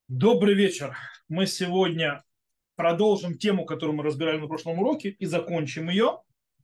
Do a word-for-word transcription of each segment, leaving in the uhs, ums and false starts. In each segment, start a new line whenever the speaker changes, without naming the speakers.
Добрый вечер. Мы сегодня продолжим тему, которую мы разбирали на прошлом уроке, и закончим ее.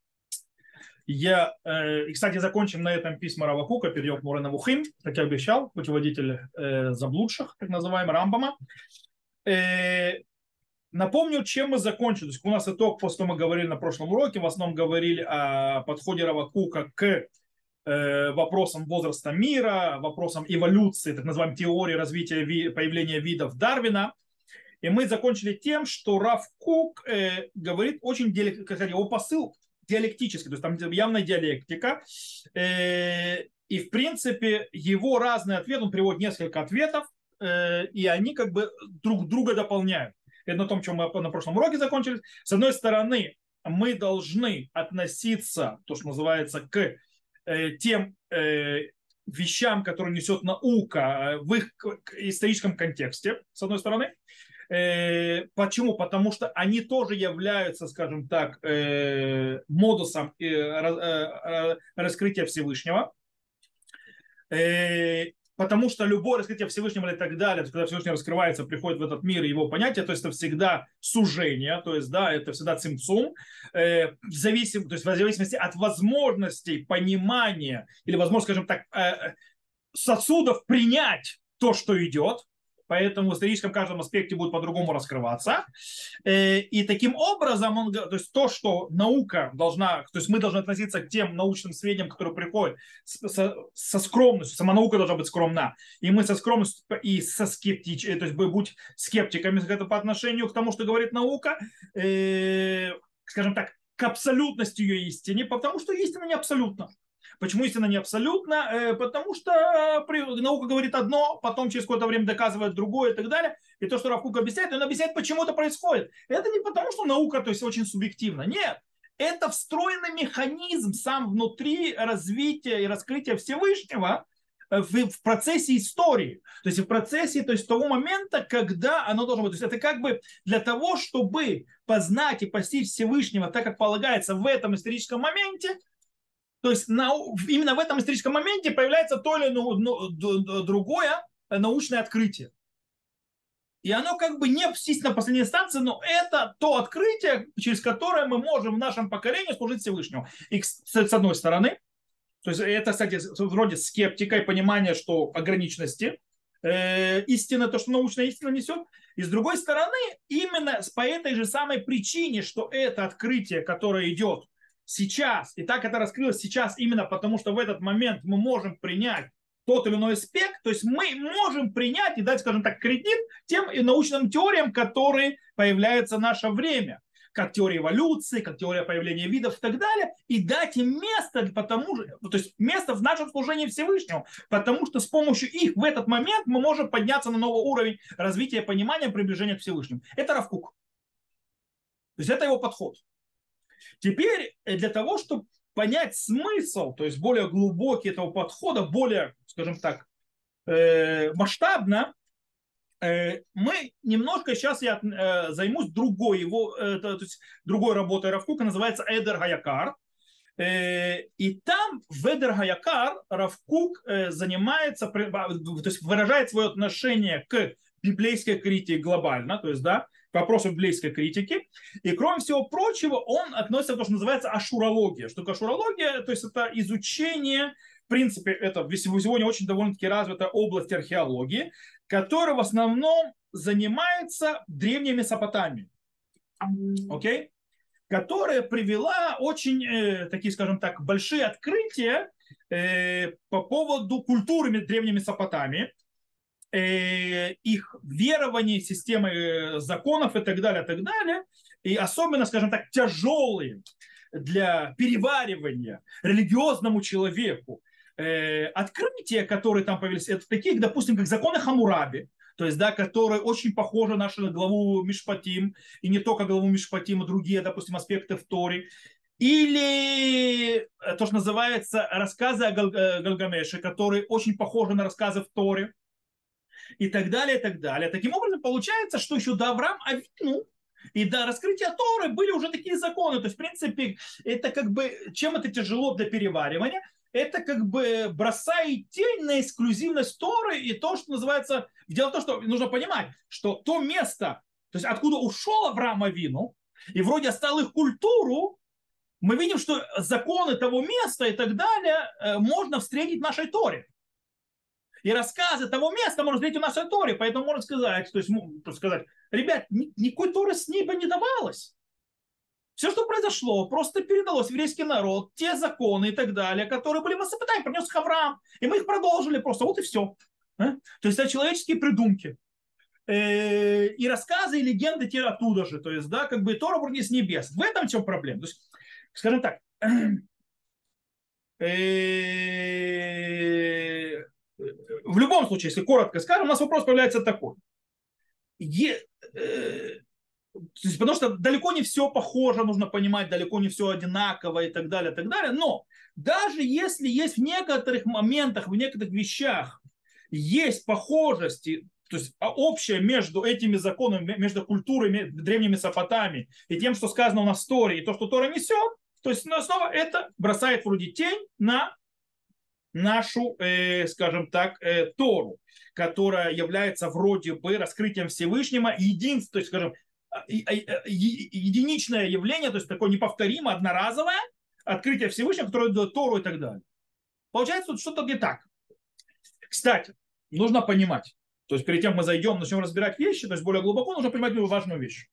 Я, э, и, кстати, закончим на этом письма Рава Кука, перейдем к Море Навухим, как я обещал, путеводитель э, заблудших, так называемый, Рамбама. Э, Напомню, чем мы закончили. То есть у нас итог, после того, мы говорили на прошлом уроке, в основном говорили о подходе Рава Кука к э, вопросам возраста мира, вопросам эволюции, так называемой теории развития ви- появления видов Дарвина. И мы закончили тем, что Раф Кук э, говорит очень, диалек- как сказать, его посыл диалектический, то есть там явная диалектика. Э, и, в принципе, его разный ответ, он приводит несколько ответов, э, и они как бы друг друга дополняют. Это на том, чем мы на прошлом уроке закончили. С одной стороны, мы должны относиться, то, что называется, к э, тем э, вещам, которые несет наука э, в их историческом контексте, с одной стороны. Э, Почему? Потому что они тоже являются, скажем так, э, модусом э, раз- э, э, раскрытия Всевышнего. Э, Потому что любое раскрытие Всевышнего и так далее, то есть когда Всевышний раскрывается, приходит в этот мир, его понятие, то есть это всегда сужение, то есть да, это всегда цимцум, э, в зависим, то есть в зависимости от возможностей понимания или, возможно, скажем так, э, сосудов принять то, что идет. Поэтому в историческом каждом аспекте будет по-другому раскрываться. Э, И таким образом, он, то есть то, что наука должна, то есть мы должны относиться к тем научным сведениям, которые приходят со, со скромностью, сама наука должна быть скромна. И мы со скромностью и со скептичностью, то есть будь скептиками по отношению к тому, что говорит наука, э, скажем так, к абсолютности ее истины, потому что истина не абсолютна. Почему истина не абсолютна? Э, Потому что э, наука говорит одно, потом через какое-то время доказывает другое и так далее. И то, что Рав Кук объясняет, он объясняет, почему это происходит. Это не потому, что наука, то есть, очень субъективна. Нет. Это встроенный механизм сам внутри развития и раскрытия Всевышнего э, в, в процессе истории. То есть в процессе, то есть того момента, когда оно должно быть. То есть это как бы для того, чтобы познать и постичь Всевышнего так, как полагается в этом историческом моменте, то есть нау- именно в этом историческом моменте появляется то или ну, ну, д- другое научное открытие. И оно как бы не естественно последней инстанции, но это то открытие, через которое мы можем в нашем поколении служить Всевышнему. И с одной стороны, то есть это, кстати, вроде скептика и понимания, что ограниченности э, истины, то, что научная истина несет. И с другой стороны, именно по этой же самой причине, что это открытие, которое идет сейчас, и так это раскрылось сейчас именно потому, что в этот момент мы можем принять тот или иной аспект, то есть мы можем принять и дать, скажем так, кредит тем и научным теориям, которые появляются в наше время, как теория эволюции, как теория появления видов и так далее, и дать им место, потому, то есть место в нашем служении Всевышнему, потому что с помощью их в этот момент мы можем подняться на новый уровень развития понимания, приближения к Всевышнему. Это Рав Кук. То есть это его подход. Теперь э, для того, чтобы понять смысл, то есть более глубокий этого подхода, более, скажем так, э, масштабно, э, мы немножко сейчас я э, займусь другой его, э, то есть другой работой Равкука, называется Эдер Хаякар. Э, И там в Эдер Хаякар Равкук э, занимается, то есть выражает свое отношение к библейской критике глобально, то есть, да, к вопросу библейской критики. И, кроме всего прочего, он относится к тому, что называется ашурология. Что такое ашурология? То есть это изучение, в принципе, это сегодня очень довольно-таки развитая область археологии, которая в основном занимается древней Месопотамией. Окей? Которая привела очень, э, такие, скажем так, большие открытия э, по поводу культуры древней Месопотамии, э, их верований, системы э, законов и так далее, и так далее. И особенно, скажем так, тяжелые для переваривания религиозному человеку э, открытия, которые там появились, это такие, допустим, как законы Хаммураби, то есть, да, которые очень похожи на нашу главу Мишпатим, и не только главу Мишпатим, и другие, допустим, аспекты в Торе. Или э, то, что называется рассказы о Гал- э, Гальгамеше, которые очень похожи на рассказы в Торе, и так далее, и так далее. Таким образом, получается, что еще до Авраама Авину и до раскрытия Торы были уже такие законы. То есть, в принципе, это как бы, чем это тяжело для переваривания, это как бы бросает тень на эксклюзивность Торы и то, что называется... Дело в том, что нужно понимать, что то место, то есть откуда ушел Авраам Авину, и вроде оставил их культуру, мы видим, что законы того места и так далее можно встретить в нашей Торе. И рассказы того места можно встретить в нашей Торе. Поэтому можно сказать, то есть, сказать, ребят, никакой Торы с неба не давалось. Все, что произошло, просто передалось в еврейский народ, те законы и так далее, которые были в Месопотамии, принес их Авраам. И мы их продолжили просто, вот и все. То есть это человеческие придумки. И рассказы, и легенды те оттуда же. То есть, да, как бы Тора вроде с небес. В этом в чем проблема? То есть, скажем так, в любом случае, если коротко скажем, у нас вопрос появляется такой. Е, э, потому что далеко не все похоже, нужно понимать, далеко не все одинаково и так далее, и так далее. Но даже если есть в некоторых моментах, в некоторых вещах есть похожести, то есть общее между этими законами, между культурами древней Месопотамии и тем, что сказано у нас в Торе, и то, что Тора несет, то есть снова это бросает вроде тень на нашу, э, скажем так, э, Тору, которая является вроде бы раскрытием Всевышнего, единственное, то есть, скажем, единичное явление, то есть такое неповторимое, одноразовое открытие Всевышнего, которое дает Тору и так далее. Получается, тут что-то не так. Кстати, нужно понимать, то есть перед тем, как мы зайдем, начнем разбирать вещи, то есть более глубоко, нужно понимать важную вещь.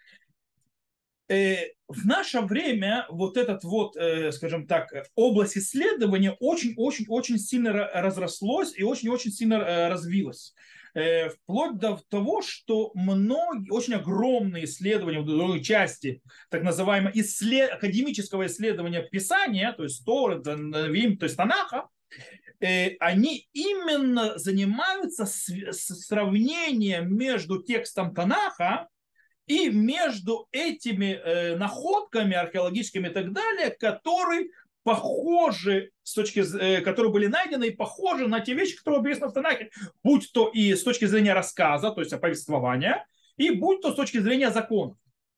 В наше время вот этот вот, скажем так, область исследования очень-очень-очень сильно разрослась и очень-очень сильно развилась. Вплоть до того, что многие, очень огромные исследования в другой части так называемого исслед... академического исследования Писания, то есть Торы, то есть Танаха, они именно занимаются сравнением между текстом Танаха и между этими э, находками археологическими и так далее, которые похожи, с точки, э, которые были найдены и похожи на те вещи, которые описаны в Танахе, будь то и с точки зрения рассказа, то есть повествования, и будь то с точки зрения законов.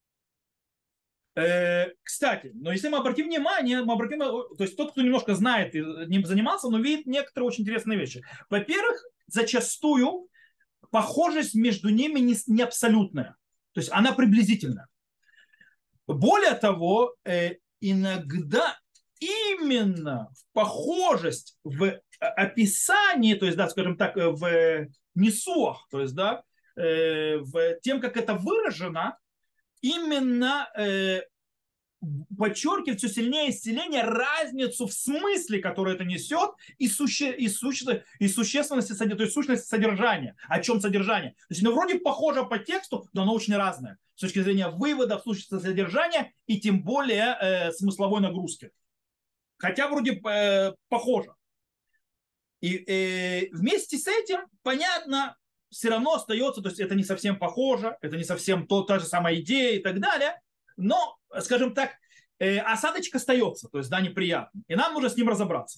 Э, кстати, но если мы обратим внимание, мы обратим, то есть тот, кто немножко знает и не занимался, но видит некоторые очень интересные вещи. Во-первых, зачастую похожесть между ними не, не абсолютная. То есть она приблизительна. Более того, иногда именно похожесть в описании, то есть, да, скажем так, в несуах, то есть, да, в тем, как это выражено, именно подчеркивает все сильнее и сильнее разницу в смысле, который это несет, и, суще, и, суще, и существенности, то есть сущности содержания. О чем содержание? То есть оно вроде похоже по тексту, но оно очень разное. С точки зрения выводов, сущности содержания и тем более э, смысловой нагрузки. Хотя вроде э, похоже. И э, вместе с этим, понятно, все равно остается, то есть это не совсем похоже, это не совсем то, та же самая идея и так далее, но, скажем так, э, осадочек остается, то есть, да, неприятно. И нам нужно с ним разобраться.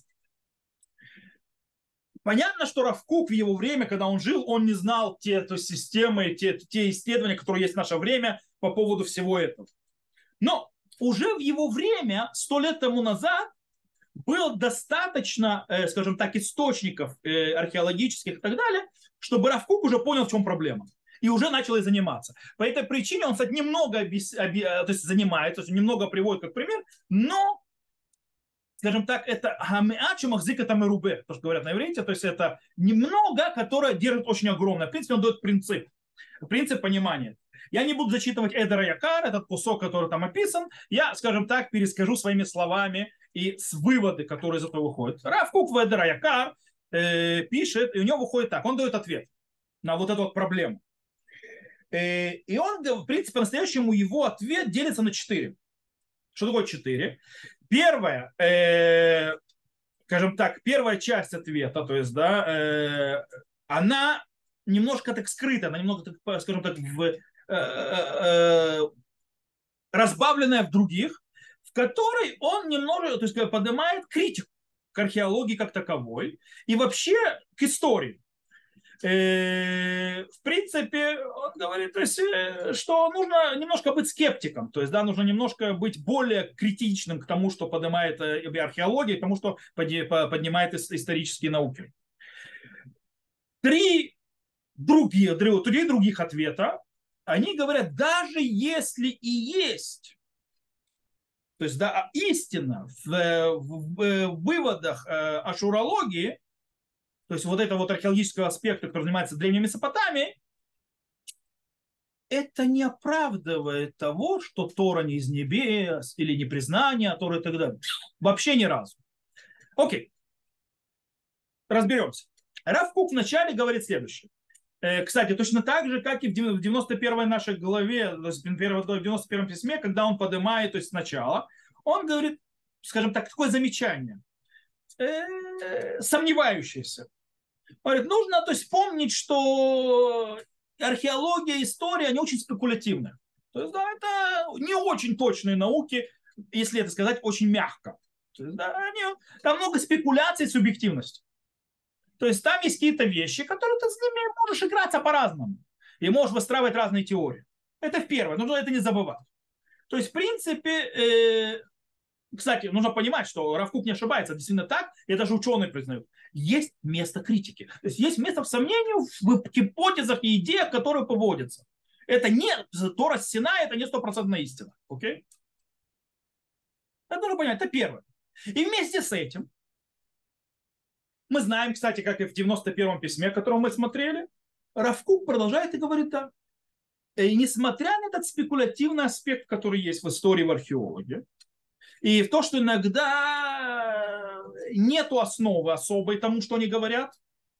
Понятно, что Рав Кук в его время, когда он жил, он не знал те то есть, системы, те, те исследования, которые есть в наше время по поводу всего этого. Но уже в его время, сто лет тому назад, было достаточно, э, скажем так, источников э, археологических и так далее, чтобы Рав Кук уже понял, в чем проблема. И уже начал ей заниматься. По этой причине он, кстати, немного объяс... объ... то есть занимается, то есть немного приводит как пример, но, скажем так, это гамеачу махзика там и рубе, то, что говорят на иврите, то есть это немного, которое держит очень огромное. В принципе, он дает принцип, принцип понимания. Я не буду зачитывать Эдера Якар, этот кусок, который там описан, я, скажем так, перескажу своими словами и с выводы, которые из этого выходят. Рав Кук в Эдера Якар э, пишет, и у него выходит так, он дает ответ на вот эту вот проблему. И он, в принципе, по-настоящему его ответ делится на четыре. Что такое четыре? Первое, э, скажем так, первая часть ответа, то есть, да, э, она немножко так скрыта, она немного, так, скажем так, в, э, э, разбавленная в других, в которой он немного, то есть, поднимает критику к археологии как таковой и вообще к истории. Э, в принципе, он говорит, то есть, э, что нужно немножко быть скептиком, то есть, да, нужно немножко быть более критичным к тому, что поднимает э, археология, к тому, что поди- по- поднимает ис- исторические науки. Три другие, три, три других ответа, они говорят, даже если и есть, то есть, да, истина в, э, в- в выводах э, ашурологии, то есть вот этого вот археологического аспекта, который занимается древней Месопотамией, это не оправдывает того, что Тора не из небес или непризнание Торы и так далее. Вообще ни разу. Окей, разберемся. Рав Кук вначале говорит следующее. Э, Кстати, точно так же, как и в девяносто первой нашей главе, то есть в девяносто первом письме, когда он поднимает, то есть сначала, он говорит, скажем так, такое замечание, э, сомневающееся. Говорит, нужно, то есть, помнить, что археология, история, они очень спекулятивны. То есть, да, это не очень точные науки, если это сказать очень мягко. То есть, да, они, там много спекуляций, субъективности. То есть там есть какие-то вещи, которые ты с ними можешь играться по-разному. И можешь выстраивать разные теории. Это в первое, нужно это не забывать. То есть, в принципе, э, кстати, нужно понимать, что Рав Кук не ошибается, действительно так, и даже ученые признают. Есть место критики. То есть есть место в сомнению в гипотезах и идеях, которые поводятся. Это не Тора Синай, это не стопроцентная истина. Окей? Это нужно понять, это первое. И вместе с этим мы знаем, кстати, как и в девяносто первом письме, которое мы смотрели, Рав Кук продолжает и говорит так. И несмотря на этот спекулятивный аспект, который есть в истории в археологии, и в то, что иногда нету основы особой тому, что они говорят,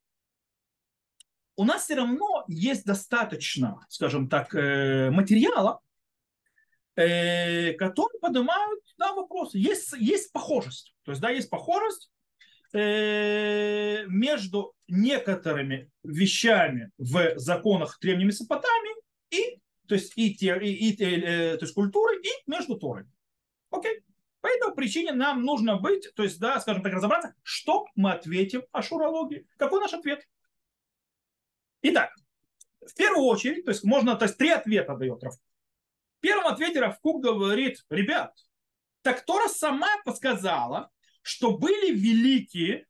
у нас все равно есть достаточно, скажем так, э, материала, э, которые поднимают, да, вопросы. Есть, есть похожесть. То есть, да, есть похожесть э, между некоторыми вещами в законах Древней Месопотамии и, то есть, и, те, и, и э, то есть, культуры, и между Торой. Окей? По этой причине нам нужно быть, то есть, да, скажем так, разобраться, что мы ответим о шурологии. Какой наш ответ? Итак, в первую очередь, то есть можно, то есть три ответа дает Равкук. В первом ответе Равкук говорит, ребят, так Тора сама подсказала, что были великие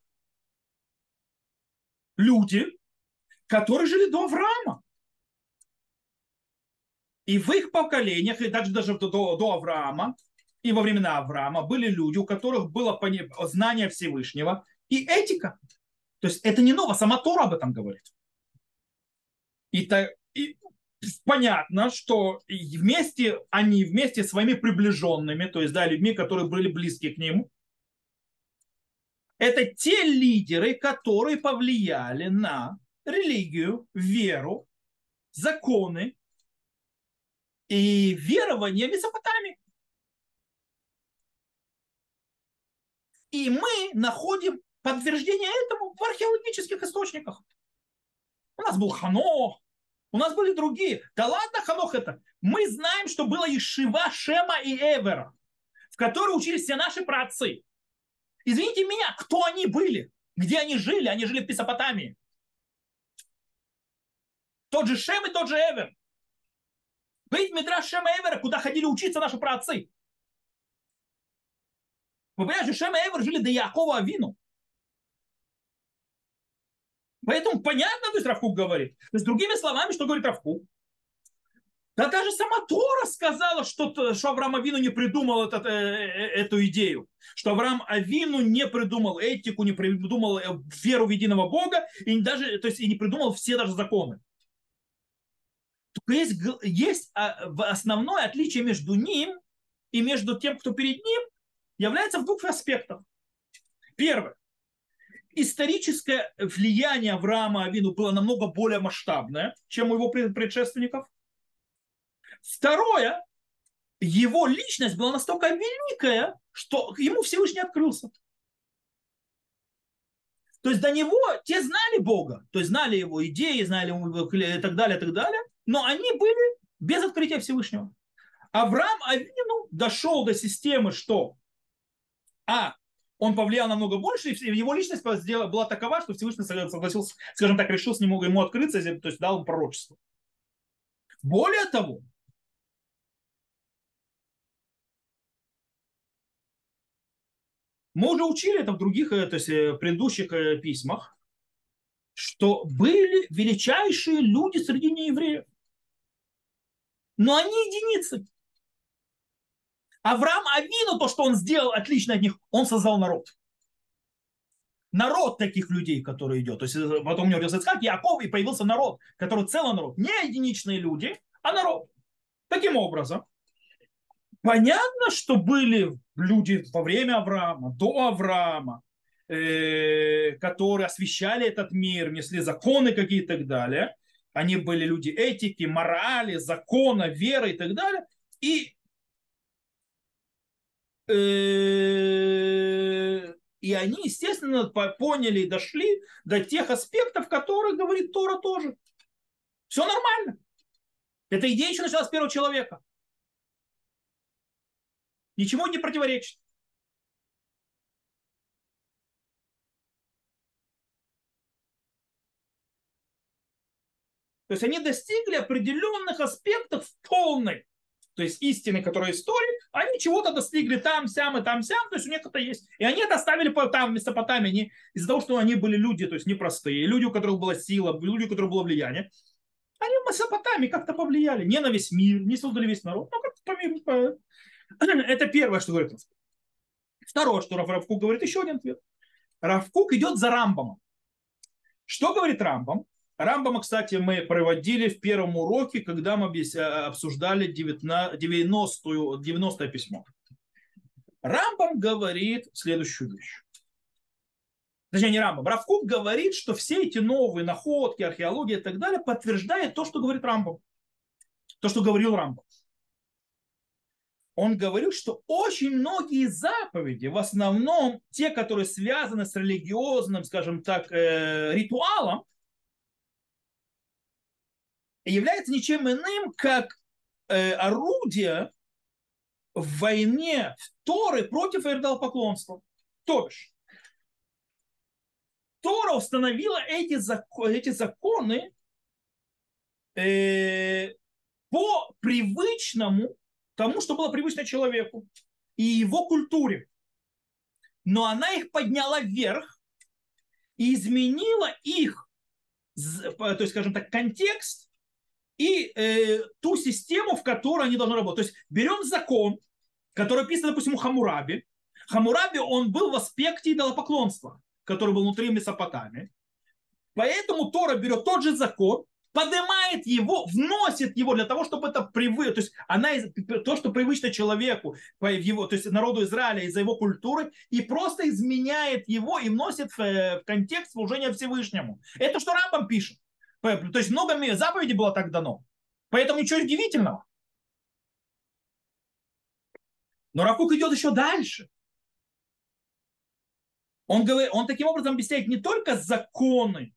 люди, которые жили до Авраама. И в их поколениях, и также даже до, до Авраама, и во времена Авраама были люди, у которых было знание Всевышнего и этика. То есть это не ново, сама Тора об этом говорит. И, то, и понятно, что вместе они, вместе с своими приближенными, то есть да, людьми, которые были близки к нему, это те лидеры, которые повлияли на религию, веру, законы и верование Месопотамии. И мы находим подтверждение этому в археологических источниках. У нас был Ханох, у нас были другие. Да ладно, Ханох это. Мы знаем, что было Ешива, Шема и Эвера, в которой учились все наши праотцы. Извините меня, кто они были? Где они жили? Они жили в Месопотамии. Тот же Шем и тот же Эвер. Бейт Мидраш Шема и Эвера, куда ходили учиться наши праотцы. Вы понимаете, Шем и Эвер жили до Якова Авину. Поэтому понятно, то есть Равкук говорит. То есть другими словами, что говорит Равкук? Да даже сама Тора сказала, что, что Авраам Авину не придумал этот, э, эту идею. Что Авраам Авину не придумал этику, не придумал веру в единого Бога, и, даже, то есть, и не придумал все даже законы. Только есть, есть основное отличие между ним и между тем, кто перед ним, является в двух аспектах. Первое. Историческое влияние Авраама Авину было намного более масштабное, чем у его предшественников. Второе, его личность была настолько великая, что ему Всевышний открылся. То есть до него те знали Бога, то есть знали его идеи, знали его и так далее, и так далее, но они были без открытия Всевышнего. Авраам Авину дошел до системы, что а, он повлиял намного больше, и его личность была такова, что Всевышний согласился, скажем так, решил с ним ему открыться, то есть дал ему пророчество. Более того, мы уже учили это в других, то есть в предыдущих письмах, что были величайшие люди среди неевреев. Но они единицы. Авраам Авину, то, что он сделал отлично от них, он создал народ. Народ таких людей, которые идет. То есть потом у него родился Ицхак, Яков, и появился народ, который целый народ. Не единичные люди, а народ. Таким образом, понятно, что были люди во время Авраама, до Авраама, э, которые освещали этот мир, несли законы какие-то и так далее. Они были люди этики, морали, закона, веры и так далее. И, э, и они, естественно, поняли и дошли до тех аспектов, о которых говорит Тора тоже. Все нормально. Эта идея еще началась с первого человека. Ничему не противоречит. То есть они достигли определенных аспектов полной, то есть истины, которая история, они чего-то достигли там, сям и там, сям, то есть у них это есть. И они это оставили там, в Месопотамии, они, из-за того, что они были люди, то есть непростые, люди, у которых была сила, люди, у которых было влияние, они в Месопотамии как-то повлияли, не на весь мир, не создали весь народ, но как-то по... Это первое, что говорит Равкук. Второе, что Равкук говорит, еще один ответ. Равкук идет за Рамбамом. Что говорит Рамбам? Рамбама, кстати, мы проводили в первом уроке, когда мы обсуждали девяностое письмо. Рамбам говорит следующую вещь. Точнее, не Рамбам. Равкук говорит, что все эти новые находки, археология и так далее подтверждает то, что говорит Рамбам. То, что говорил Рамбам. Он говорил, что очень многие заповеди, в основном те, которые связаны с религиозным, скажем так, ритуалом, является ничем иным, как э, орудие в войне Торы против идолопоклонства. То бишь, Тора установила эти, закон, эти законы э, по привычному, тому, что было привычно человеку и его культуре. Но она их подняла вверх и изменила их, то есть, скажем так, контекст, и э, ту систему, в которой они должны работать. То есть берем закон, который описан, допустим, у Хаммураби. Хаммураби, он был в аспекте идолопоклонства, который был внутри Месопотамии. Поэтому Тора берет тот же закон, поднимает его, вносит его для того, чтобы это привык. То есть она, то, что привычно человеку, его, то есть народу Израиля из-за его культуры, и просто изменяет его и вносит в, в контекст служения Всевышнему. Это что Рамбам пишет. То есть много заповедей было так дано. Поэтому ничего удивительного. Но Равкук идет еще дальше. Он, говорит, он таким образом объясняет не только законы,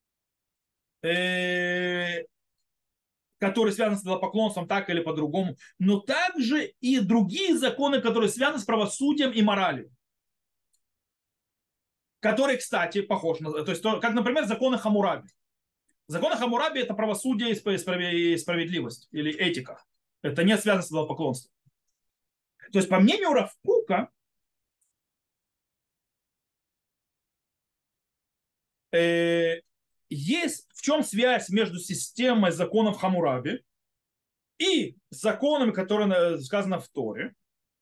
э, которые связаны с идолопоклонством так или по-другому, но также и другие законы, которые связаны с правосудием и моралью. Которые, кстати, похожи на... То есть, как, например, законы Хаммураби. Законы Хаммураби – это правосудие и справедливость, или этика. Это не связано с идолопоклонством. То есть, по мнению Равкука, э, есть в чем связь между системой законов Хаммураби и законами, которые сказаны в Торе.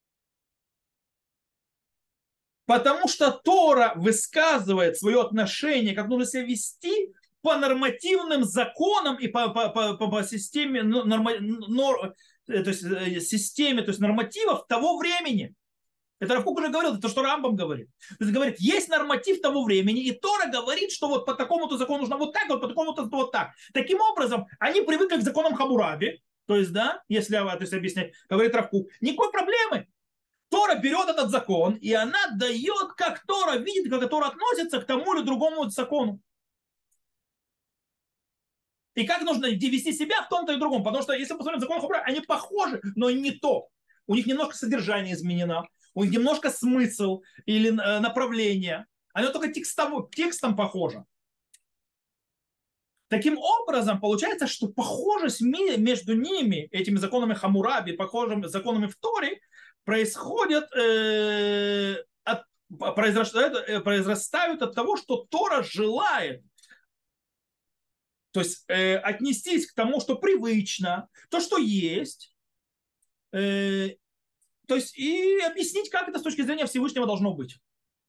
Потому что Тора высказывает свое отношение, как нужно себя вести по нормативным законам и по, по, по, по системе, норма, нор, то есть, системе то есть нормативов того времени. Это Равкук уже говорил, это то, что Рамбам говорит. То есть говорит, есть норматив того времени, и Тора говорит, что вот по такому-то закону нужно вот так, вот по такому-то вот так. Таким образом, они привыкли к законам Хаммураби, то есть, да, если то есть, объяснять, говорит Равкук, никакой проблемы. Тора берет этот закон, и она дает, как Тора видит, как Тора относится к тому или другому закону. И как нужно вести себя в том-то и другом. Потому что, если посмотреть закон Хаммураби, они похожи, но не то. У них немножко содержание изменено. у них немножко смысл или направление, оно только текстом, текстом похоже. Таким образом, получается, что похожесть между ними, этими законами Хаммураби, похожими законами в Торе, происходит, э, от, произрастают, произрастают от того, что Тора желает, то есть э, отнестись к тому, что привычно, то, что есть, э, то есть и объяснить, как это с точки зрения Всевышнего должно быть.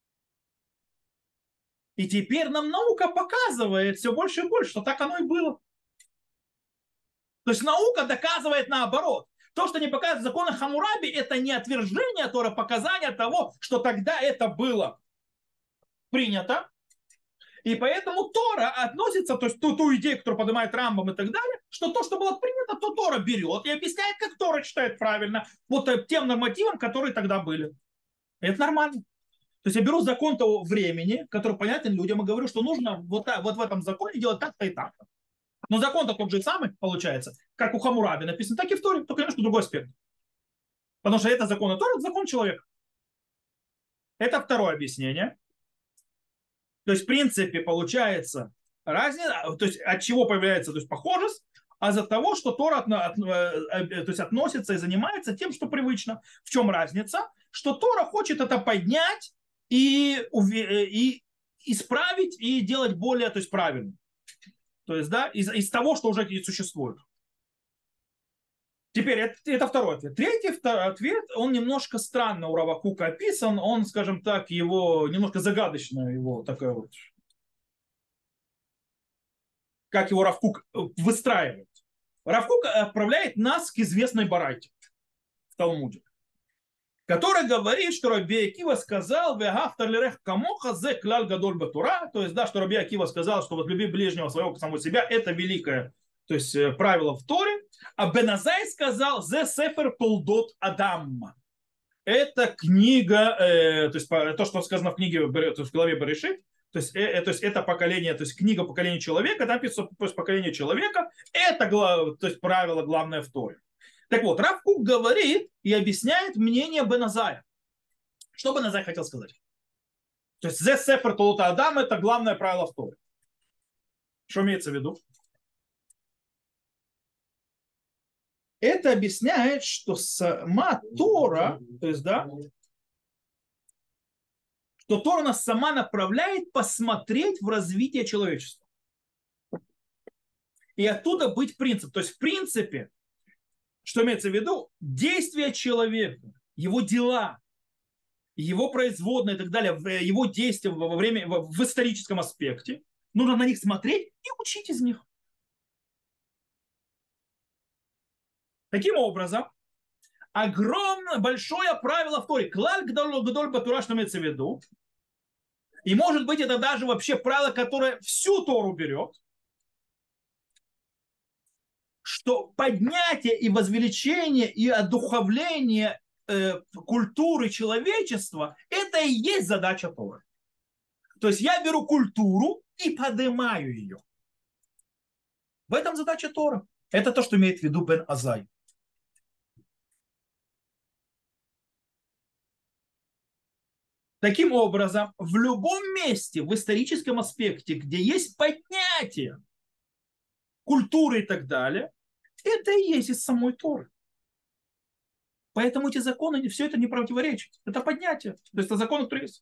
И теперь нам наука показывает все больше и больше, что так оно и было. То есть наука доказывает наоборот. То, что не показывает в законах Хаммураби, это не отвержение Тора, показание того, что тогда это было принято. И поэтому Тора относится, то есть ту, ту идею, которую поднимает Рамбам и так далее, что то, что было принято, то Тора берет и объясняет, как Тора считает правильно, вот тем нормативам, которые тогда были. И это нормально. То есть я беру закон того времени, который понятен людям, и говорю, что нужно вот, так, вот в этом законе делать так-то и так-то. Но закон-то тот же самый, получается, как у Хаммураби написано, так и в Торе, только немножко другой аспект. Потому что это закон Тора, это закон человека. Это второе объяснение. То есть, в принципе, получается разница, то есть от чего появляется, то есть, похожесть, а за того, что Тора от, от, то есть, относится и занимается тем, что привычно. В чем разница? Что Тора хочет это поднять и, и исправить и делать более, то есть, правильно. То есть, да, из, из того, что уже существует. Теперь, это, это второй ответ. Третий второй ответ, он немножко странно у Рава Кука описан, он, скажем так, его, немножко загадочно его такая вот, как его Рав Кук выстраивает. Рав Кук отправляет нас к известной барайте в Талмуде, который говорит, что Раби Акива сказал, «Вегафтар лирех камоха зе клаль гадоль батура», то есть, да, что Раби Акива сказал, что вот люби ближнего своего как самого себя, это великое, то есть, правило в Торе, а Бен Азай сказал, «Зе сефер толдот Адам». Это книга, э, то есть, то, что сказано в книге, то есть, в главе Берешит, то есть, э, то есть, это поколение, то есть, книга поколения человека, там пишется, то есть, поколение человека, это, то есть, правило главное в Торе. Так вот, Рав Кук говорит и объясняет мнение Бен Азая. Что Бен Азай хотел сказать? То есть, «Зе сефер толдот Адам» это главное правило в Торе. Что имеется в виду? Это объясняет, что сама Тора, то есть, да, что Тора нас сама направляет посмотреть в развитие человечества. И оттуда быть принцип. То есть, в принципе, что имеется в виду? Действия человека, его дела, его производные и так далее, его действия во время, в историческом аспекте, нужно на них смотреть и учить из них. Таким образом, огромное, большое правило в Торе. Клаль гдоль батура, что имеется в виду. И может быть это даже вообще правило, которое всю Тору берет. Что поднятие и возвеличение и одуховление э, культуры человечества это и есть задача Торы. То есть я беру культуру и поднимаю ее. В этом задача Тора. Это то, что имеет в виду Бен Азай. Таким образом, в любом месте, в историческом аспекте, где есть поднятие культуры и так далее, это и есть из самой Торы. Поэтому эти законы, все это не противоречит. Это поднятие. То есть это законы, которые есть.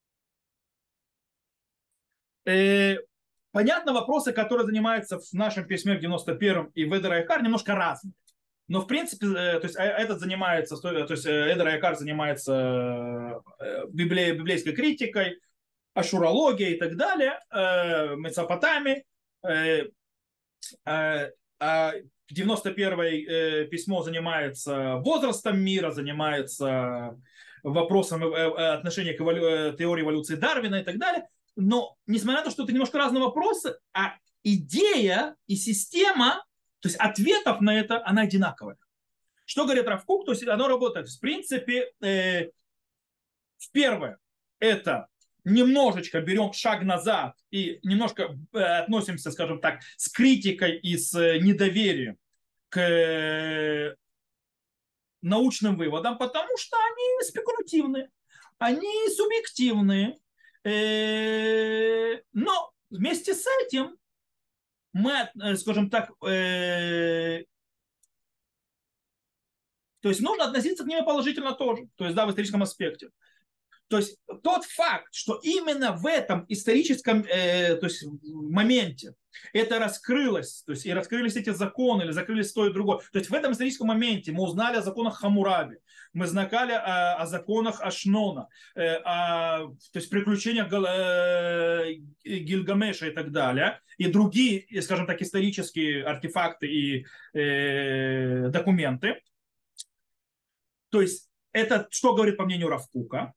Э, понятно, вопросы, которые занимаются в нашем письме в девяносто первом и в Эдер Айкар, немножко разные. Но в принципе, то есть этот занимается, то есть Эдер Айкар занимается библейской критикой, ашурологией и так далее, Месопотамией. девяносто первое письмо занимается возрастом мира, занимается вопросом отношения к теории эволюции Дарвина и так далее. Но несмотря на то, что это немножко разные вопросы, а идея и система, то есть ответов на это, она одинаковая. Что говорит Рав Кук? То есть оно работает. В принципе, э, в первое, это немножечко берем шаг назад и немножко э, относимся, скажем так, с критикой и с недоверием к, научным выводам, потому что они спекулятивны, они субъективны. Э, Но вместе с этим мы, э, скажем так, э, то есть нужно относиться к ним положительно тоже, то есть да, в историческом аспекте. То есть тот факт, что именно в этом историческом э, то есть, моменте это раскрылось, то есть и раскрылись эти законы, или закрылись то и другое. То есть в этом историческом моменте мы узнали о законах Хаммураби, мы знали о, о законах Ашнона, э, о то есть, приключениях Гал, э, Гильгамеша и так далее, и другие, скажем так, исторические артефакты и э, документы. То есть это что говорит по мнению Равкука?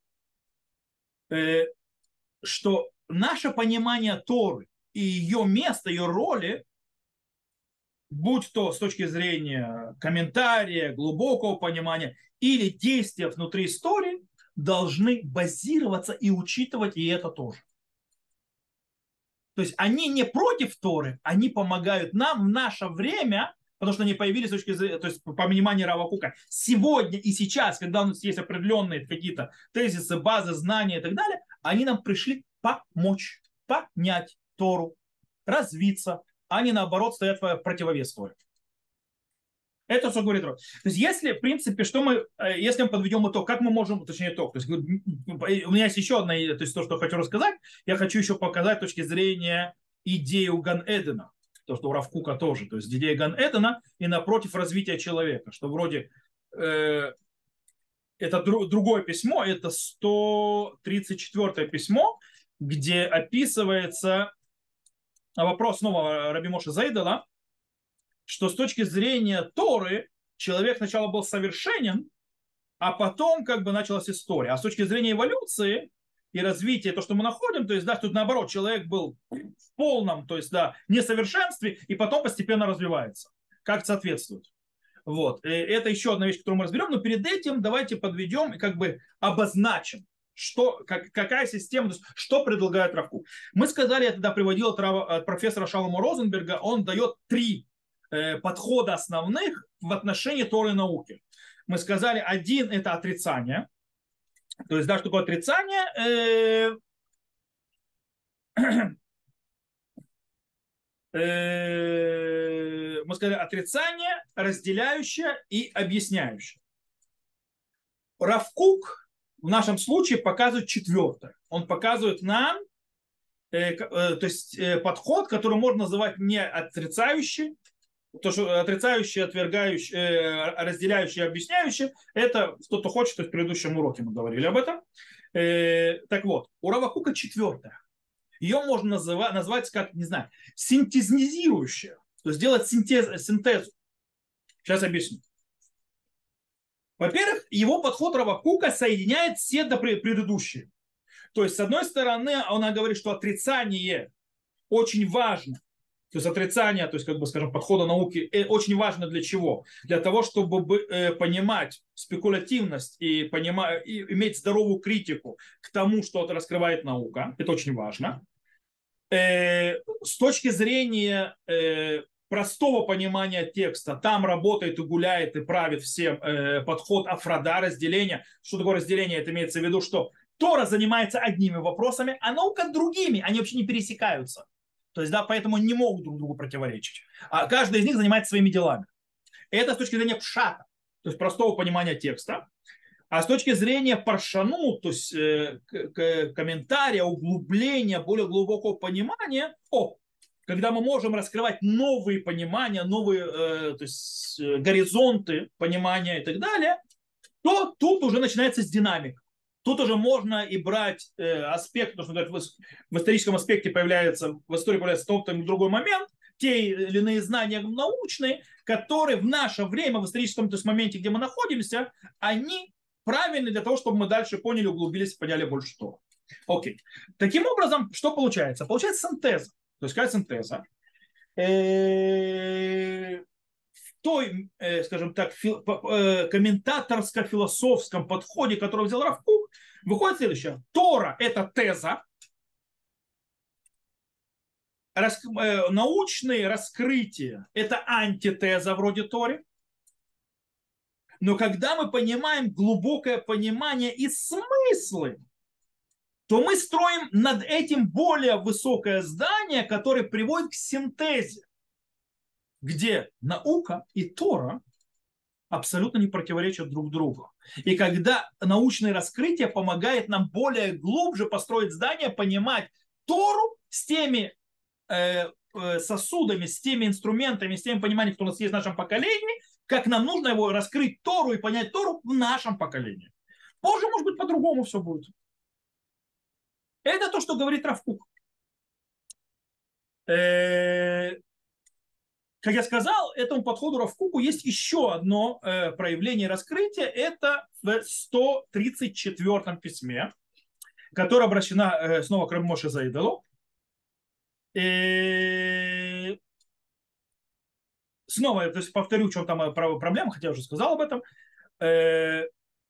Э, что наше понимание Торы и ее место, ее роли, будь то с точки зрения комментария, глубокого понимания или действия внутри истории, должны базироваться и учитывать и это тоже. То есть они не против Торы, они помогают нам в наше время, потому что они появились с точки зрения, то есть по пониманию Рава Кука, сегодня и сейчас, когда у нас есть определенные какие-то тезисы, базы, знания и так далее, они нам пришли помочь, понять Тору, развиться, а не наоборот стоят в противовес Торе. Это что говорит Ров. То есть если, в принципе, что мы, если мы подведем итог, как мы можем, точнее итог, то есть у меня есть еще одна, то есть то, что хочу рассказать, я хочу еще показать с точки зрения идею Ган-Эдена, то, что у Равкука тоже, то есть идея Ган-Эдена и напротив развития человека, что вроде э, это дру, другое письмо, это сто тридцать четвёртое письмо, где описывается вопрос снова Раби Моше Зайдела, что с точки зрения Торы человек сначала был совершенен, а потом как бы началась история. А с точки зрения эволюции и развития, то, что мы находим, то есть, да, тут наоборот, человек был в полном, то есть, да, несовершенстве, и потом постепенно развивается. Как соответствует. Вот. И это еще одна вещь, которую мы разберем, но перед этим давайте подведем и как бы обозначим, что, как, какая система, то есть, что предлагает Равкук. Мы сказали, я тогда приводил от, от профессора Шалома Розенберга, он дает три подхода основных в отношении Торы и науки. Мы сказали, один это отрицание. То есть, да, что такое отрицание? Мы сказали, отрицание, разделяющее и объясняющее. Равкук в нашем случае показывает четвертое. Он показывает нам то есть, подход, который можно называть не отрицающий, то, что отрицающее, отвергающее, разделяющее, объясняющее, это кто-то хочет, то есть в предыдущем уроке мы говорили об этом. Так вот, у Рава Кука четвертая. Ее можно называть, назвать как, не знаю, синтезизирующее, то есть сделать синтез, синтезу. Сейчас объясню. Во-первых, его подход Рава Кука соединяет все до предыдущие. То есть, с одной стороны, он говорит, что отрицание очень важно. То есть отрицание, то есть, как бы, скажем, подхода науки очень важно для чего? Для того, чтобы понимать спекулятивность и, понимать, и иметь здоровую критику к тому, что это раскрывает наука. Это очень важно. С точки зрения простого понимания текста, там работает и гуляет и правит всем подход Афрада, разделения. Что такое разделение? Это имеется в виду, что Тора занимается одними вопросами, а наука другими. Они вообще не пересекаются. То есть, да, поэтому не могут друг другу противоречить. А каждый из них занимается своими делами. Это с точки зрения пшата, то есть простого понимания текста. А с точки зрения паршану, то есть э, комментария, углубления, более глубокого понимания, о, когда мы можем раскрывать новые понимания, новые э, то есть, э, горизонты понимания и так далее, то тут уже начинается с динамика. Тут уже можно и брать э, аспект, то, что говорят, в, в историческом аспекте появляется, в истории появляется тот или другой момент, те или иные знания научные, которые в наше время, в историческом то есть, моменте, где мы находимся, они правильны для того, чтобы мы дальше поняли, углубились и поняли больше что. Окей. Таким образом, что получается? Получается синтеза. То есть какая синтеза? Э, той, скажем так, комментаторско-философском подходе, который взял Равкук, выходит следующее. Тора – это теза, Рас, научные раскрытия – это антитеза вроде Торы, Но когда мы понимаем глубокое понимание и смыслы, то мы строим над этим более высокое здание, которое приводит к синтезе, где наука и Тора абсолютно не противоречат друг другу. И когда научное раскрытие помогает нам более глубже построить здание, понимать Тору с теми э, э, сосудами, с теми инструментами, с тем пониманием, что у нас есть в нашем поколении, как нам нужно его раскрыть Тору и понять Тору в нашем поколении. Позже, может быть, по-другому все будет. Это то, что говорит Рав Кук. Э, Как я сказал, этому подходу Рав Куку есть еще одно э, проявление раскрытия. Это в сто тридцать четвёртом письме, которое обращено э, снова к Рабби Моше Зайделу. И снова, то есть повторю, в чем там проблема, хотя я уже сказал об этом. Э,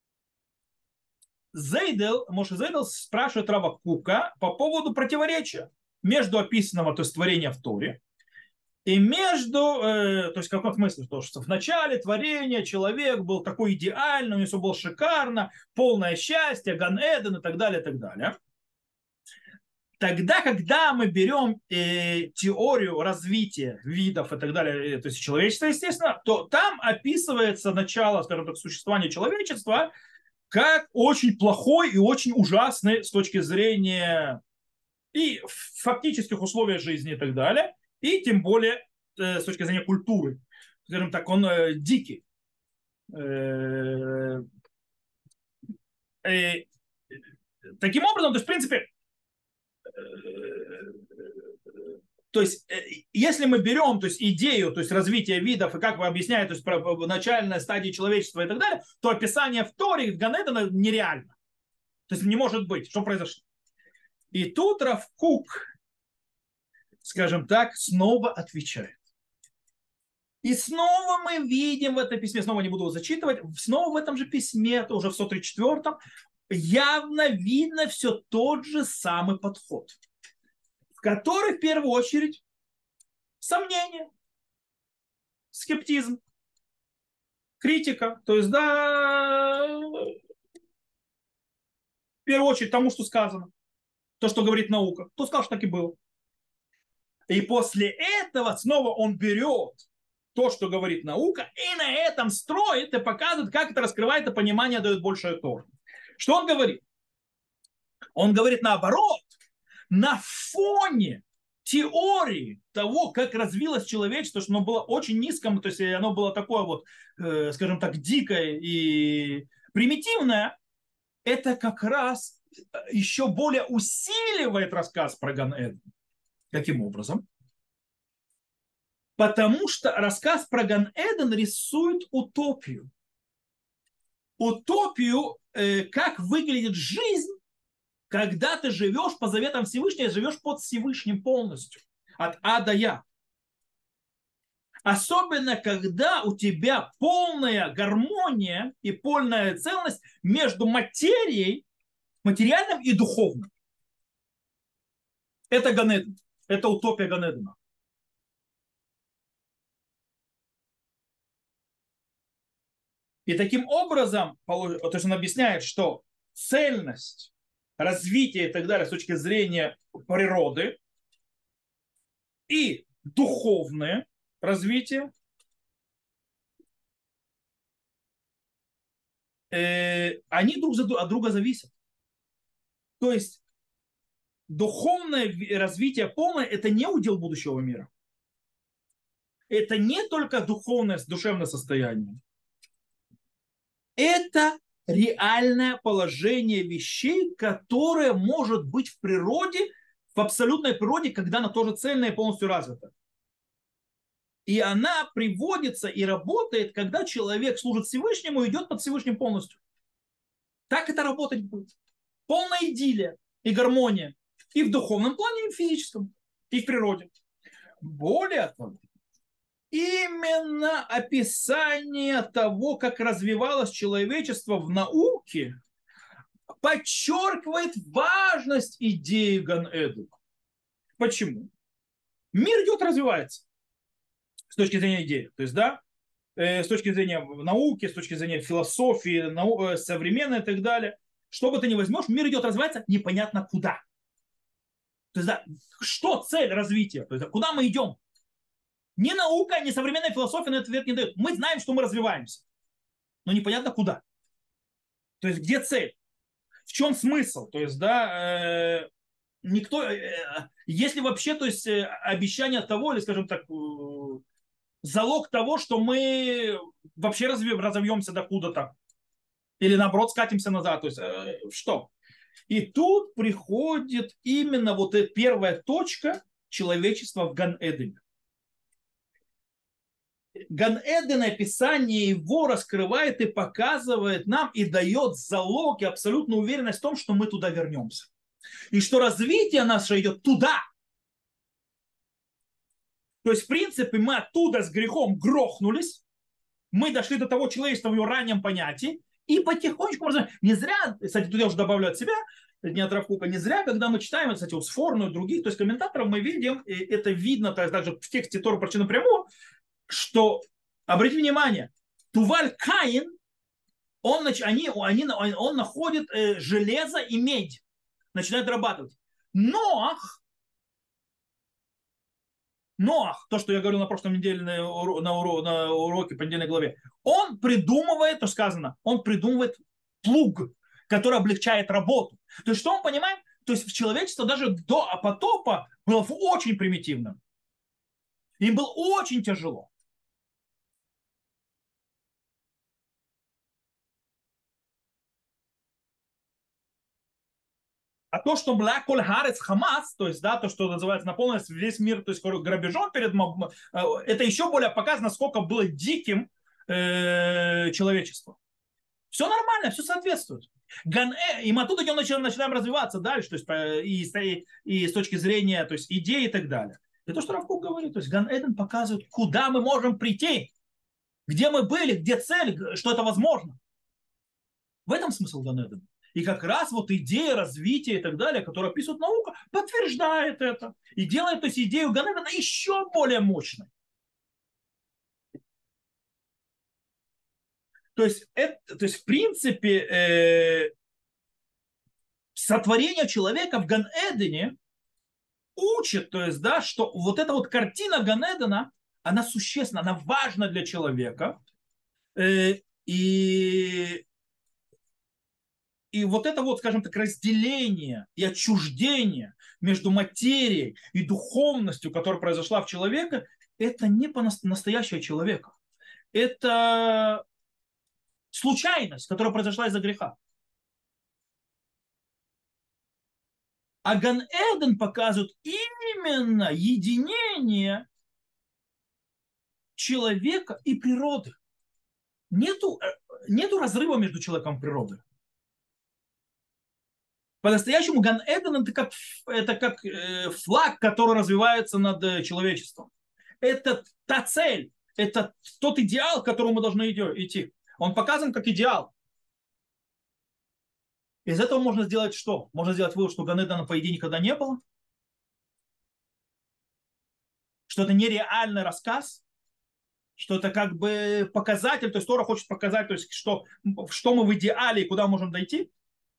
Зайдел, Моше Зайдел спрашивает Рава Кука по поводу противоречия между описанного, то есть творения в Торе, и между, э, то есть в каком смысле, то, что в начале творения человек был такой идеальный, у него все было шикарно, полное счастье, Ган-Эден и так далее, и так далее. Тогда, когда мы берем э, теорию развития видов и так далее, э, то есть человечества, естественно, то там описывается начало, скажем так, существования человечества как очень плохой и очень ужасный с точки зрения и фактических условий жизни и так далее, и тем более э, с точки зрения культуры. Скажем так, он э, дикий. Э, э, таким образом, то есть, в принципе, то есть, если мы берем то есть, идею то есть, развития видов и как вы объясняете то есть, про начальная стадия человечества и так далее, то описание в Торе Ган-Эдена нереально. То есть не может быть. Что произошло? И тут Рав Кук, скажем так, снова отвечает. И снова мы видим в этом письме, снова не буду его зачитывать, снова в этом же письме, это уже в сто тридцать четвёртом, явно видно все тот же самый подход, в который в первую очередь сомнение, скептизм, критика. То есть, да, в первую очередь тому, что сказано, то, что говорит наука. Кто сказал, что так и было? И после этого снова он берет то, что говорит наука, и на этом строит и показывает, как это раскрывает и понимание дает большее Тору. Что он говорит? Он говорит наоборот, на фоне теории того, как развилось человечество, что оно было очень низком, то есть оно было такое вот, э, скажем так, дикое и примитивное, это как раз еще более усиливает рассказ про Ган-Эден. Каким образом? Потому что рассказ про Ган-Эден рисует утопию. Утопию, э, как выглядит жизнь, когда ты живешь по заветам Всевышнего, живешь под Всевышним полностью, от А до Я. Особенно, когда у тебя полная гармония и полная целостность между материей, материальным и духовным. Это Ган-Эден, это утопия Ган-Эдена. И таким образом, то есть он объясняет, что цельность, развитие и так далее с точки зрения природы и духовное развитие, э, они друг от друга зависят. То есть духовное развитие полное – это не удел будущего мира. Это не только духовное, душевное состояние. Это реальное положение вещей, которое может быть в природе, в абсолютной природе, когда она тоже цельная и полностью развита. И она приводится и работает, когда человек служит Всевышнему и идет под Всевышним полностью. Так это работать будет. Полная идиллия и гармония. И в духовном плане, и в физическом, и в природе. Более того, именно описание того, как развивалось человечество в науке, подчеркивает важность идеи Ган-Эдена. Почему? Мир идет, развивается с точки зрения идеи. То есть, да, э, с точки зрения науки, с точки зрения философии, нау- э, современной и так далее. Что бы ты ни возьмешь, мир идет развиваться непонятно куда. То есть, да, что цель развития? То есть, да, куда мы идем? Ни наука, ни современная философия на этот ответ не дают. Мы знаем, что мы развиваемся, но непонятно куда. То есть, где цель? В чем смысл? То есть, да, э, никто, э, если вообще, то есть, э, обещание того, или, скажем так, э, залог того, что мы вообще разве, разовьемся докуда-то, или наоборот скатимся назад, то есть, э, что? И тут приходит именно вот эта первая точка человечества в Ган-Эдене. Ган-Эден, описание его раскрывает и показывает нам и дает залог и абсолютную уверенность в том, что мы туда вернемся. И что развитие наше идет туда. То есть, в принципе, мы оттуда с грехом грохнулись, мы дошли до того человечества в его раннем понятии, и потихонечку, не зря, кстати, тут я уже добавлю от себя, не от Равкука, не зря, когда мы читаем, кстати, у Сфорну и других, то есть комментаторов, мы видим, и это видно то есть, даже в тексте Торы почти напрямую, что, обратите внимание, Туваль Каин, он, они, они, он находит э, железо и медь, начинает дорабатывать. Ноах, Ноах, то, что я говорил на прошлой неделе на, уро, на, уро, на уроке по недельной главе, он придумывает, то сказано, он придумывает плуг, который облегчает работу. То есть что он понимает? То есть человечество даже до потопа было очень примитивным. Им было очень тяжело. А то, что Бля Коль Харец Хамас, то есть, да, то, что называется наполнилось весь мир, то есть грабежом перед моб, это еще более показано, насколько было диким э, человечество. Все нормально, все соответствует. Ган, э, и мы оттуда идем, начинаем, начинаем развиваться дальше, то есть и, и, и с точки зрения то есть, идей и так далее. И то, что Равкук говорит, то есть Ган Эден показывает, куда мы можем прийти, где мы были, где цель, что это возможно. В этом смысл Ган Эдена. И как раз вот идея развития и так далее, которую описывает наука, подтверждает это. И делает то есть, идею Ган Эдена еще более мощной. То есть, это, то есть в принципе, э, сотворение человека в Ган-Эдене учит, то есть, да, что вот эта вот картина Ган-Эдена, она существенна, она важна для человека. Э, и, и вот это вот, скажем так, разделение и отчуждение между материей и духовностью, которая произошла в человеке, это не по-настоящее человека. Это случайность, которая произошла из-за греха. А Ган-Эден показывает именно единение человека и природы. Нету, э, нету разрыва между человеком и природой. По-настоящему Ган-Эден это как, это как э, флаг, который развивается над э, человечеством. Это та цель, это тот идеал, к которому мы должны идти. Он показан как идеал. Из этого можно сделать что? Можно сделать вывод, что Ган-Эдена, по идее, никогда не было. Что это нереальный рассказ. Что это как бы показатель. То есть Тора хочет показать, то есть, что, что мы в идеале и куда мы можем дойти.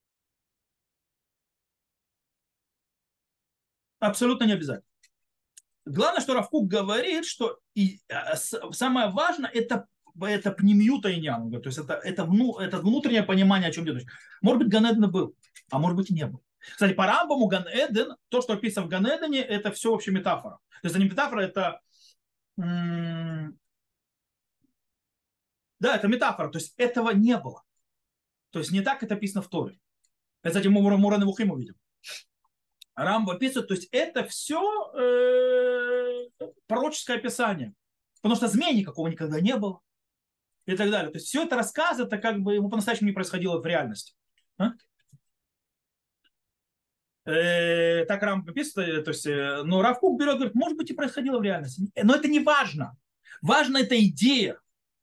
Абсолютно не обязательно. Главное, что Равкук говорит, что и, а, с, самое важное это, это пнемиюта иньян. То есть это, это, вну, это внутреннее понимание, о чем идет. Может быть, Ганеден был, а может быть и не был. Кстати, по Рамбаму Ганеден, то, что описано в Ганедене, это все вообще метафора. То есть это не метафора, это... М- да, это метафора. То есть этого не было. То есть не так это описано в Торе. Это, кстати, мы Мурен Вухим увидим. Рамба описывает, то есть это все э, пророческое описание. Потому что змеи никакого никогда не было. И так далее. То есть все это рассказ, это как бы ему по-настоящему не происходило в реальности. А? Э, так Рамба описывает, то есть, э, но Равкук берет, говорит, может быть и происходило в реальности. Но это не важно. Важна эта идея.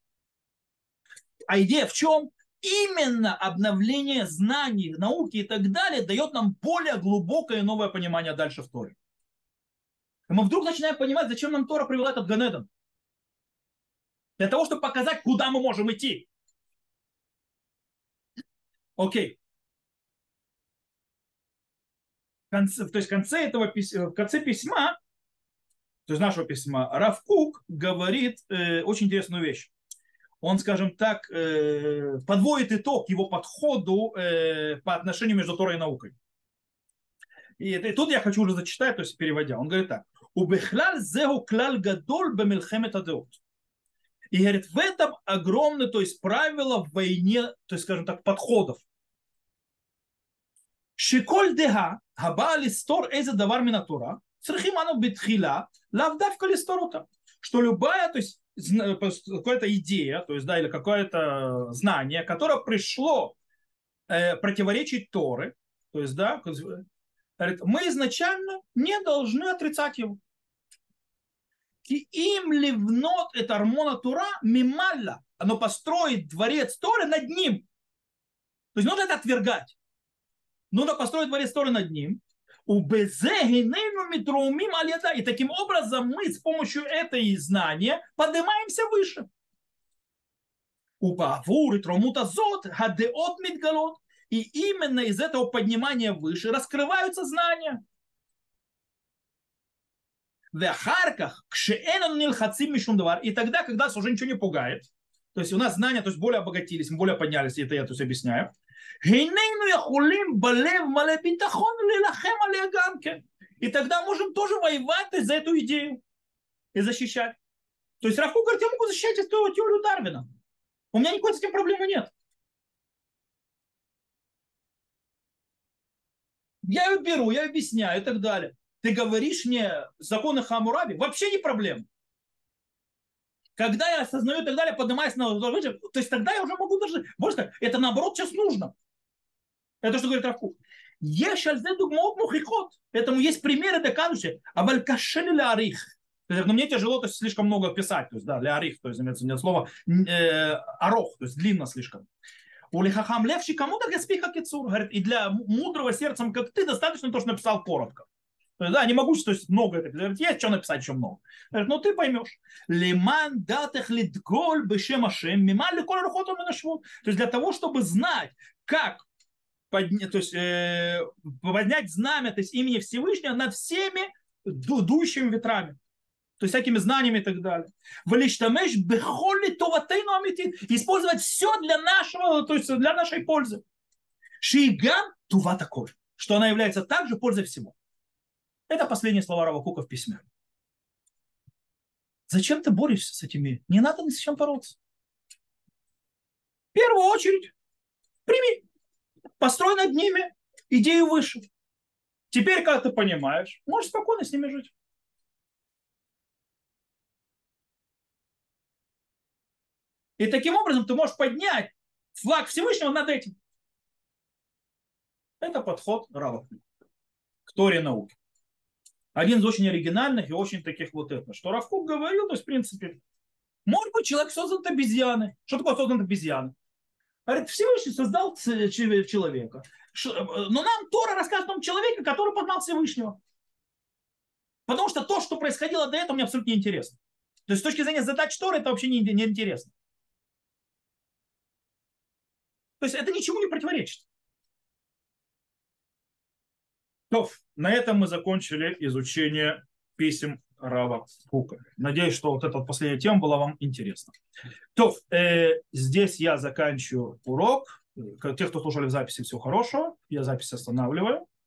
А идея в чем? Именно обновление знаний, науки и так далее дает нам более глубокое и новое понимание дальше в Торе. И мы вдруг начинаем понимать, зачем нам Тора привела этот Ганедон. Для того, чтобы показать, куда мы можем идти. Окей. В конце, то есть в конце этого письма, в конце письма, то есть нашего письма, Рав Кук говорит э, очень интересную вещь. Он, скажем так, э, подводит итог его подходу э, по отношению между Торой и наукой. И, и тут я хочу уже зачитать, то есть переводя. Он говорит так. Убехлаль зеху клаль гадоль бемельхемет адеот. И говорит, в этом огромное, то есть правило в войне, то есть, скажем так, подходов. Шиколь дега, хаба листор эзе давар минатура, црхиману битхила, лавдавка листорута. Что любая, то есть, какая-то идея, то есть, да, или какое-то знание, которое пришло э, противоречить Торы, то есть, да, говорит, мы изначально не должны отрицать его. Им ливнот это армона Тура мималла. Оно построит дворец Торы над ним. То есть нужно это отвергать. Нужно построить дворец Торы над ним. И таким образом мы с помощью этой знания поднимаемся выше. И именно из этого поднимания выше раскрываются знания. В ахарках и тогда, когда нас уже ничего не пугает, то есть у нас знания, то есть более обогатились, мы более поднялись, и это я то есть объясняю. И тогда можем тоже воевать то есть, за эту идею и защищать. То есть Рав Кук говорит, я могу защищать эту теорию Дарвина. У меня никакой с этим проблемы нет. Я ее беру, я объясняю и так далее. Ты говоришь мне законы Хаммураби, вообще не проблема. Когда я осознаю и так далее, поднимаюсь на выше, то есть тогда я уже могу даже, можно сказать, это наоборот сейчас нужно. Это что говорит Рав Кук. Этому есть примеры доказывающие. А балькашели ля арих. Но мне тяжело, то есть слишком много писать. То есть, да, ля арих, то есть имеется нет слова э, арох, то есть длинно слишком. У лихахам левши кому-то гаспиха кицур. Говорит, и для мудрого сердцем, как ты, достаточно то, что написал коротко. То есть, да, не могу, то есть много это. Говорит, есть что написать еще много. Говорит, ну ты поймешь. Лиман датех литголь бешем ашем миман ликоль рухоту минашвут. То есть для того, чтобы знать, как поднять, то есть, э, поднять знамя, то есть имени Всевышнего над всеми дующими ветрами. То есть всякими знаниями и так далее. Использовать все для нашего, то есть для нашей пользы. Шигам тува такой, что она является также пользой всего. Это последние слова Рава Кука в письме. Зачем ты борешься с этими? Не надо ни с чем бороться. В первую очередь прими. Построй над ними идею выше. Теперь, как ты понимаешь, можешь спокойно с ними жить. И таким образом ты можешь поднять флаг Всевышнего над этим. Это подход Рава к Торе науки. Один из очень оригинальных и очень таких вот это. Что Рав Кук говорил, то есть в принципе, может быть человек создан от обезьяны. Что такое создан от обезьяны? Говорит, Всевышний создал человека. Но нам Тора рассказывает о том человеке, который познал Всевышнего. Потому что то, что происходило до этого, мне абсолютно неинтересно. То есть с точки зрения задач Торы это вообще не, не интересно. То есть это ничему не противоречит. То, на этом мы закончили изучение писем Рава Кука. Надеюсь, что вот эта последняя тема была вам интересна. То, э, здесь я заканчиваю урок. Те, кто слушали в записи, всего хорошего. Я запись останавливаю.